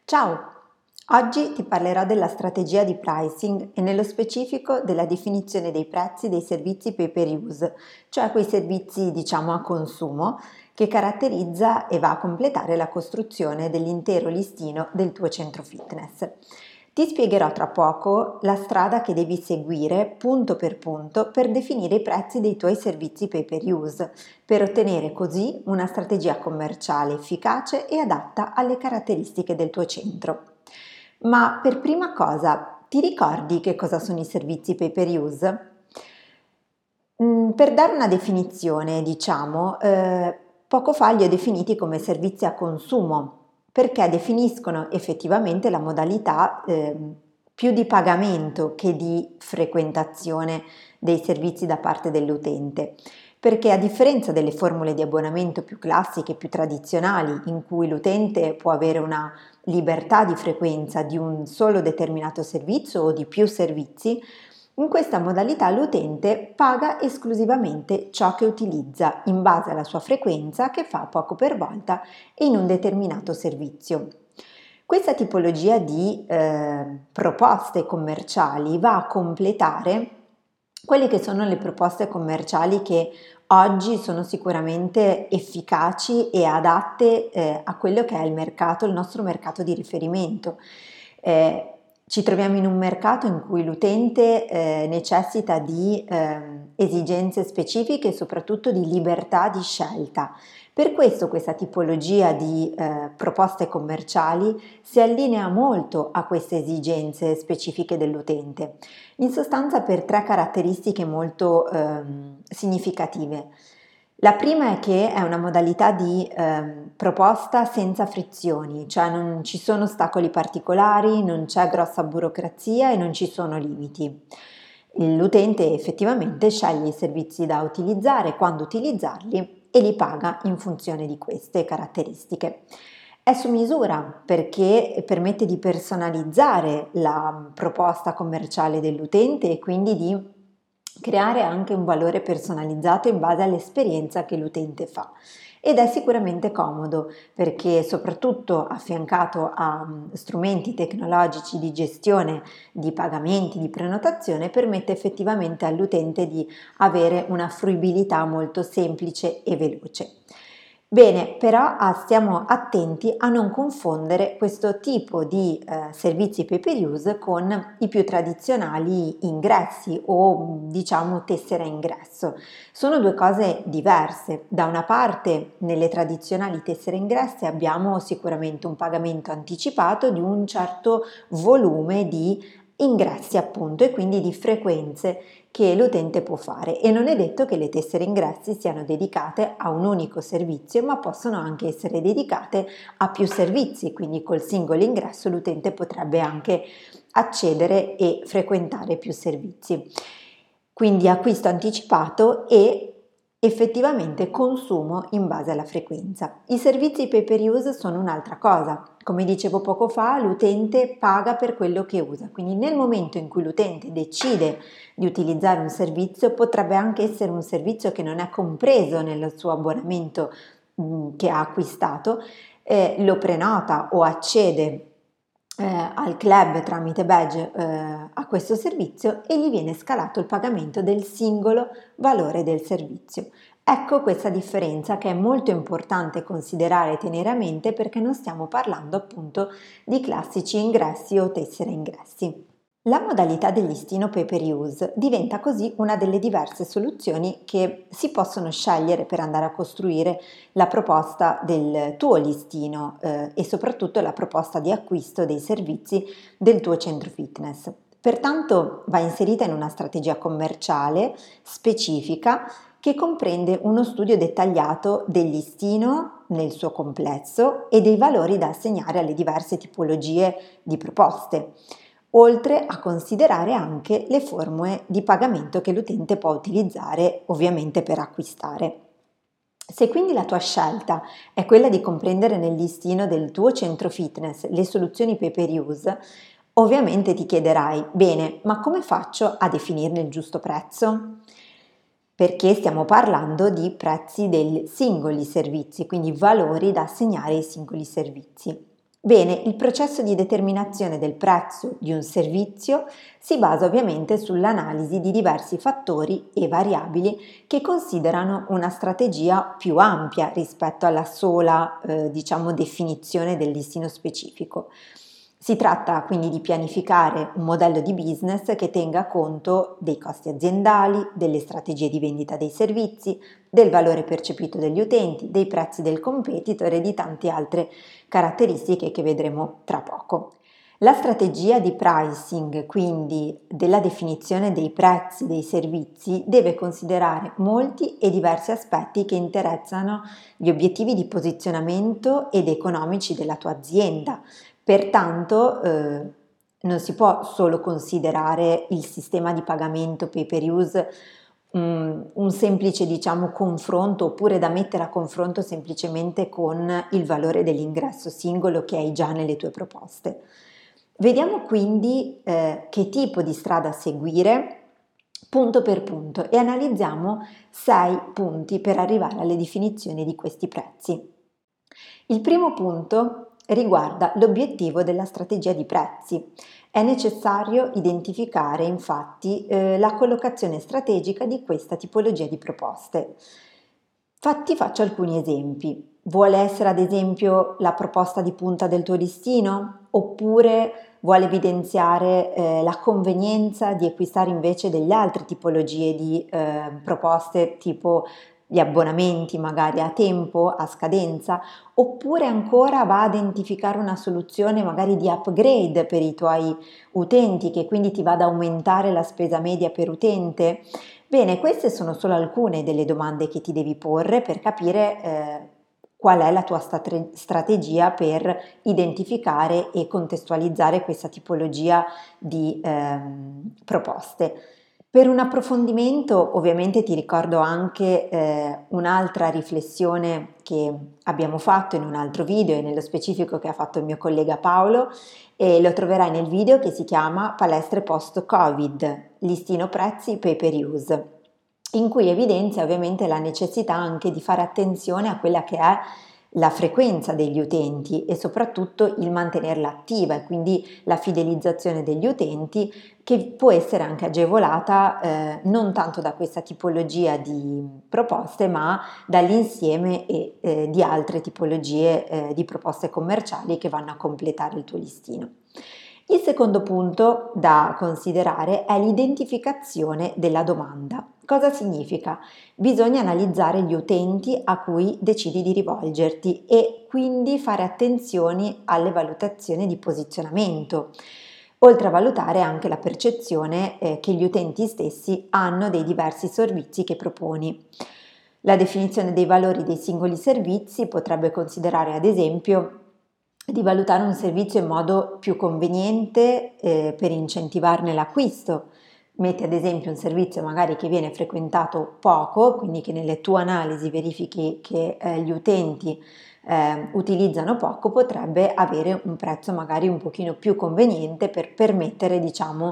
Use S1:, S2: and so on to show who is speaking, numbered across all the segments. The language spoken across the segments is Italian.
S1: Ciao! Oggi ti parlerò della strategia di pricing e nello specifico della definizione dei prezzi dei servizi pay per use, cioè quei servizi diciamo a consumo che caratterizza e va a completare la costruzione dell'intero listino del tuo centro fitness. Ti spiegherò tra poco la strada che devi seguire punto per definire i prezzi dei tuoi servizi pay per use, per ottenere così una strategia commerciale efficace e adatta alle caratteristiche del tuo centro. Ma per prima cosa, ti ricordi che cosa sono i servizi pay per use? Per dare una definizione, poco fa li ho definiti come servizi a consumo, perché definiscono effettivamente la modalità più di pagamento che di frequentazione dei servizi da parte dell'utente. Perché a differenza delle formule di abbonamento più classiche, più tradizionali, in cui l'utente può avere una libertà di frequenza di un solo determinato servizio o di più servizi, in questa modalità l'utente paga esclusivamente ciò che utilizza in base alla sua frequenza che fa poco per volta in un determinato servizio. Questa tipologia di proposte commerciali va a completare quelle che sono le proposte commerciali che oggi sono sicuramente efficaci e adatte a quello che è il mercato, il nostro mercato di riferimento. Ci troviamo in un mercato in cui l'utente necessita di esigenze specifiche e soprattutto di libertà di scelta. Per questo questa tipologia di proposte commerciali si allinea molto a queste esigenze specifiche dell'utente. In sostanza per tre caratteristiche molto significative. La prima è che è una modalità di proposta senza frizioni, cioè non ci sono ostacoli particolari, non c'è grossa burocrazia e non ci sono limiti. L'utente effettivamente sceglie i servizi da utilizzare, quando utilizzarli e li paga in funzione di queste caratteristiche. È su misura perché permette di personalizzare la proposta commerciale dell'utente e quindi di creare anche un valore personalizzato in base all'esperienza che l'utente fa. Ed è sicuramente comodo perché soprattutto affiancato a strumenti tecnologici di gestione di pagamenti, di prenotazione, permette effettivamente all'utente di avere una fruibilità molto semplice e veloce. Bene, però stiamo attenti a non confondere questo tipo di servizi pay per use con i più tradizionali ingressi o diciamo tessere a ingresso. Sono due cose diverse. Da una parte, nelle tradizionali tessere ingressi abbiamo sicuramente un pagamento anticipato di un certo volume di ingressi appunto e quindi di frequenze che l'utente può fare e non è detto che le tessere ingressi siano dedicate a un unico servizio, ma possono anche essere dedicate a più servizi, quindi col singolo ingresso l'utente potrebbe anche accedere e frequentare più servizi. Quindi acquisto anticipato e effettivamente consumo in base alla frequenza. I servizi pay per use sono un'altra cosa. Come dicevo poco fa, l'utente paga per quello che usa, quindi nel momento in cui l'utente decide di utilizzare un servizio, potrebbe anche essere un servizio che non è compreso nel suo abbonamento che ha acquistato, lo prenota o accede al club tramite badge a questo servizio e gli viene scalato il pagamento del singolo valore del servizio. Ecco questa differenza che è molto importante considerare e tenere a mente perché non stiamo parlando appunto di classici ingressi o tessere ingressi. La modalità del listino pay per use diventa così una delle diverse soluzioni che si possono scegliere per andare a costruire la proposta del tuo listino e soprattutto la proposta di acquisto dei servizi del tuo centro fitness. Pertanto va inserita in una strategia commerciale specifica che comprende uno studio dettagliato del listino nel suo complesso e dei valori da assegnare alle diverse tipologie di proposte, oltre a considerare anche le formule di pagamento che l'utente può utilizzare ovviamente per acquistare. Se quindi la tua scelta è quella di comprendere nel listino del tuo centro fitness le soluzioni pay per use, ovviamente ti chiederai, bene, ma come faccio a definirne il giusto prezzo? Perché stiamo parlando di prezzi dei singoli servizi, quindi valori da assegnare ai singoli servizi. Bene, il processo di determinazione del prezzo di un servizio si basa ovviamente sull'analisi di diversi fattori e variabili che considerano una strategia più ampia rispetto alla sola, definizione del listino specifico. Si tratta quindi di pianificare un modello di business che tenga conto dei costi aziendali, delle strategie di vendita dei servizi, del valore percepito dagli utenti, dei prezzi del competitor e di tante altre caratteristiche che vedremo tra poco. La strategia di pricing, quindi della definizione dei prezzi dei servizi, deve considerare molti e diversi aspetti che interessano gli obiettivi di posizionamento ed economici della tua azienda. Pertanto, non si può solo considerare il sistema di pagamento pay per use un semplice, confronto, oppure da mettere a confronto semplicemente con il valore dell'ingresso singolo che hai già nelle tue proposte. Vediamo quindi che tipo di strada seguire punto per punto e analizziamo 6 punti per arrivare alle definizioni di questi prezzi. Il primo punto riguarda l'obiettivo della strategia di prezzi. È necessario identificare infatti la collocazione strategica di questa tipologia di proposte. Ti faccio alcuni esempi. Vuole essere ad esempio la proposta di punta del tuo listino? Oppure vuole evidenziare la convenienza di acquistare invece delle altre tipologie di proposte tipo gli abbonamenti magari a tempo, a scadenza, oppure ancora va a identificare una soluzione magari di upgrade per i tuoi utenti che quindi ti va ad aumentare la spesa media per utente? Bene, queste sono solo alcune delle domande che ti devi porre per capire qual è la tua strategia per identificare e contestualizzare questa tipologia di proposte. Per un approfondimento, ovviamente ti ricordo anche un'altra riflessione che abbiamo fatto in un altro video e nello specifico che ha fatto il mio collega Paolo, e lo troverai nel video che si chiama Palestre post-Covid, listino prezzi pay per use, in cui evidenzia ovviamente la necessità anche di fare attenzione a quella che è la frequenza degli utenti e soprattutto il mantenerla attiva e quindi la fidelizzazione degli utenti, che può essere anche agevolata non tanto da questa tipologia di proposte ma dall'insieme di altre tipologie di proposte commerciali che vanno a completare il tuo listino. Il secondo punto da considerare è l'identificazione della domanda. Cosa significa? Bisogna analizzare gli utenti a cui decidi di rivolgerti e quindi fare attenzione alle valutazioni di posizionamento, oltre a valutare anche la percezione che gli utenti stessi hanno dei diversi servizi che proponi. La definizione dei valori dei singoli servizi potrebbe considerare ad esempio di valutare un servizio in modo più conveniente per incentivarne l'acquisto. Metti ad esempio un servizio magari che viene frequentato poco, quindi che nelle tue analisi verifichi che gli utenti utilizzano poco, potrebbe avere un prezzo magari un pochino più conveniente per permettere,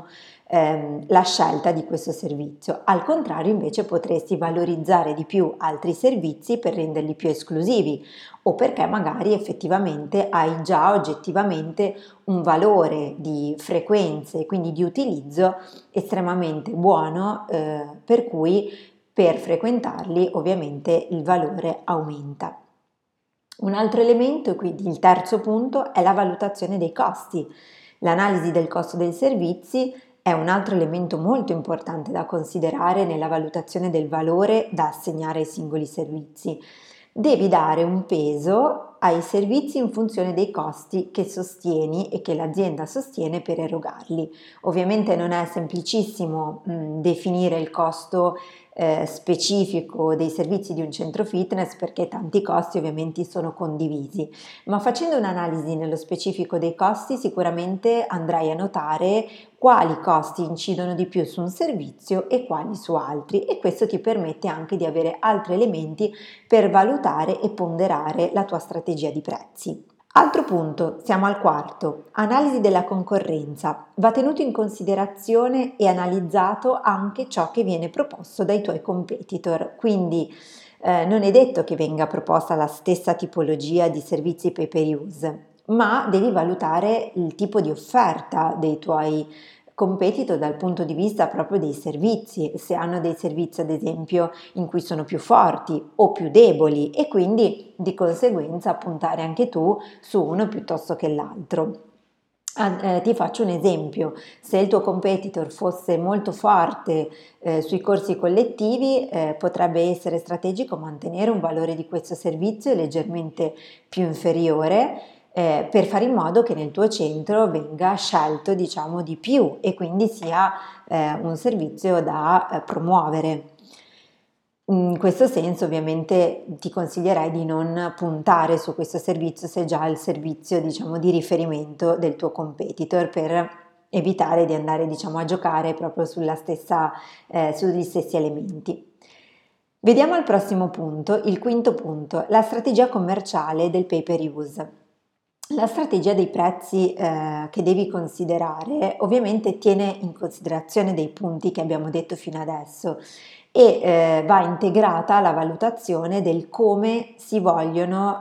S1: la scelta di questo servizio. Al contrario, invece, potresti valorizzare di più altri servizi per renderli più esclusivi o perché magari effettivamente hai già oggettivamente un valore di frequenze e quindi di utilizzo estremamente buono, per cui per frequentarli ovviamente il valore aumenta. Un altro elemento, e quindi il terzo punto, è la valutazione dei costi. L'analisi del costo dei servizi è un altro elemento molto importante da considerare nella valutazione del valore da assegnare ai singoli servizi. Devi dare un peso ai servizi in funzione dei costi che sostieni e che l'azienda sostiene per erogarli. Ovviamente non è semplicissimo definire il costo specifico dei servizi di un centro fitness perché tanti costi ovviamente sono condivisi, ma facendo un'analisi nello specifico dei costi sicuramente andrai a notare quali costi incidono di più su un servizio e quali su altri, e questo ti permette anche di avere altri elementi per valutare e ponderare la tua strategia di prezzi. Altro punto, siamo al quarto, analisi della concorrenza. Va tenuto in considerazione e analizzato anche ciò che viene proposto dai tuoi competitor, quindi non è detto che venga proposta la stessa tipologia di servizi pay per use. ma devi valutare il tipo di offerta dei tuoi competitor dal punto di vista proprio dei servizi, se hanno dei servizi ad esempio in cui sono più forti o più deboli e quindi di conseguenza puntare anche tu su uno piuttosto che l'altro. Ti faccio un esempio: se il tuo competitor fosse molto forte sui corsi collettivi, potrebbe essere strategico mantenere un valore di questo servizio leggermente più inferiore, per fare in modo che nel tuo centro venga scelto, diciamo, di più e quindi sia un servizio da promuovere. In questo senso ovviamente ti consiglierei di non puntare su questo servizio se già è il servizio, diciamo, di riferimento del tuo competitor, per evitare di andare, diciamo, a giocare proprio sugli stessi elementi. Vediamo il prossimo punto, il quinto punto, la strategia commerciale del pay per use. La strategia dei prezzi che devi considerare ovviamente tiene in considerazione dei punti che abbiamo detto fino adesso e va integrata la valutazione del come si vogliono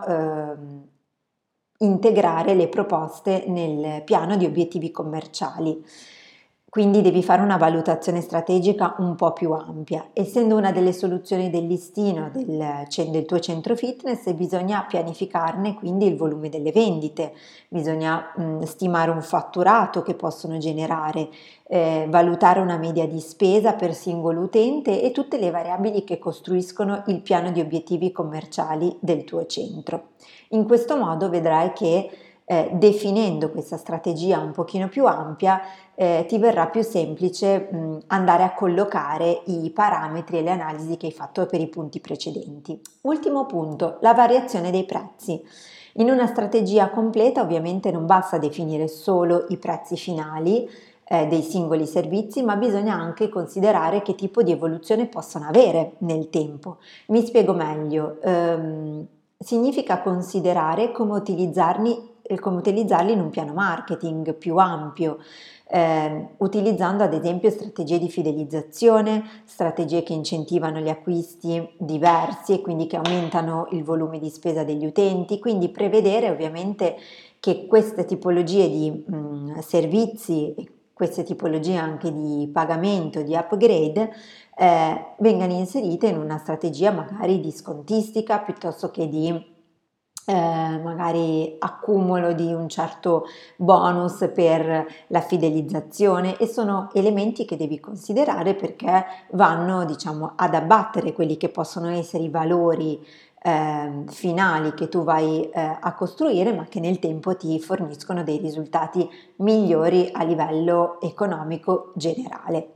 S1: integrare le proposte nel piano di obiettivi commerciali. Quindi devi fare una valutazione strategica un po' più ampia. Essendo una delle soluzioni del listino del tuo centro fitness, bisogna pianificarne quindi il volume delle vendite, bisogna stimare un fatturato che possono generare, valutare una media di spesa per singolo utente e tutte le variabili che costruiscono il piano di obiettivi commerciali del tuo centro. In questo modo vedrai che definendo questa strategia un pochino più ampia ti verrà più semplice andare a collocare i parametri e le analisi che hai fatto per i punti precedenti. Ultimo punto, la variazione dei prezzi. In una strategia completa ovviamente non basta definire solo i prezzi finali dei singoli servizi, ma bisogna anche considerare che tipo di evoluzione possono avere nel tempo. Mi spiego meglio. Significa considerare come utilizzarli in un piano marketing più ampio, utilizzando ad esempio strategie di fidelizzazione, strategie che incentivano gli acquisti diversi e quindi che aumentano il volume di spesa degli utenti, quindi prevedere ovviamente che queste tipologie di servizi e queste tipologie anche di pagamento, di upgrade, vengano inserite in una strategia magari di scontistica piuttosto che di magari accumulo di un certo bonus per la fidelizzazione, e sono elementi che devi considerare perché vanno, diciamo, ad abbattere quelli che possono essere i valori finali che tu vai a costruire, ma che nel tempo ti forniscono dei risultati migliori a livello economico generale.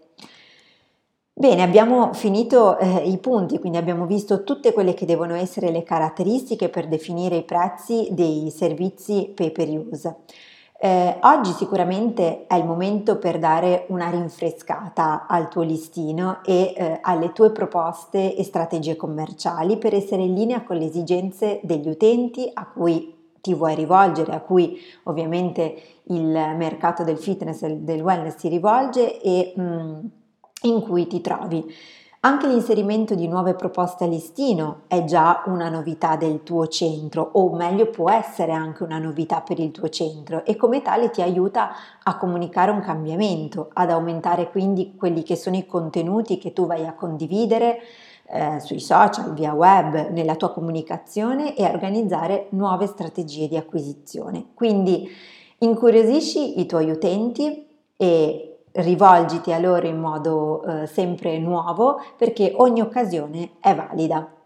S1: Bene, abbiamo finito i punti, quindi abbiamo visto tutte quelle che devono essere le caratteristiche per definire i prezzi dei servizi pay per use. Oggi sicuramente è il momento per dare una rinfrescata al tuo listino e alle tue proposte e strategie commerciali per essere in linea con le esigenze degli utenti a cui ti vuoi rivolgere, a cui ovviamente il mercato del fitness e del wellness si rivolge e in cui ti trovi. Anche l'inserimento di nuove proposte a listino è già una novità del tuo centro, o meglio può essere anche una novità per il tuo centro, e come tale ti aiuta a comunicare un cambiamento, ad aumentare quindi quelli che sono i contenuti che tu vai a condividere sui social, via web, nella tua comunicazione, e a organizzare nuove strategie di acquisizione. Quindi incuriosisci i tuoi utenti e rivolgiti a loro in modo sempre nuovo, perché ogni occasione è valida.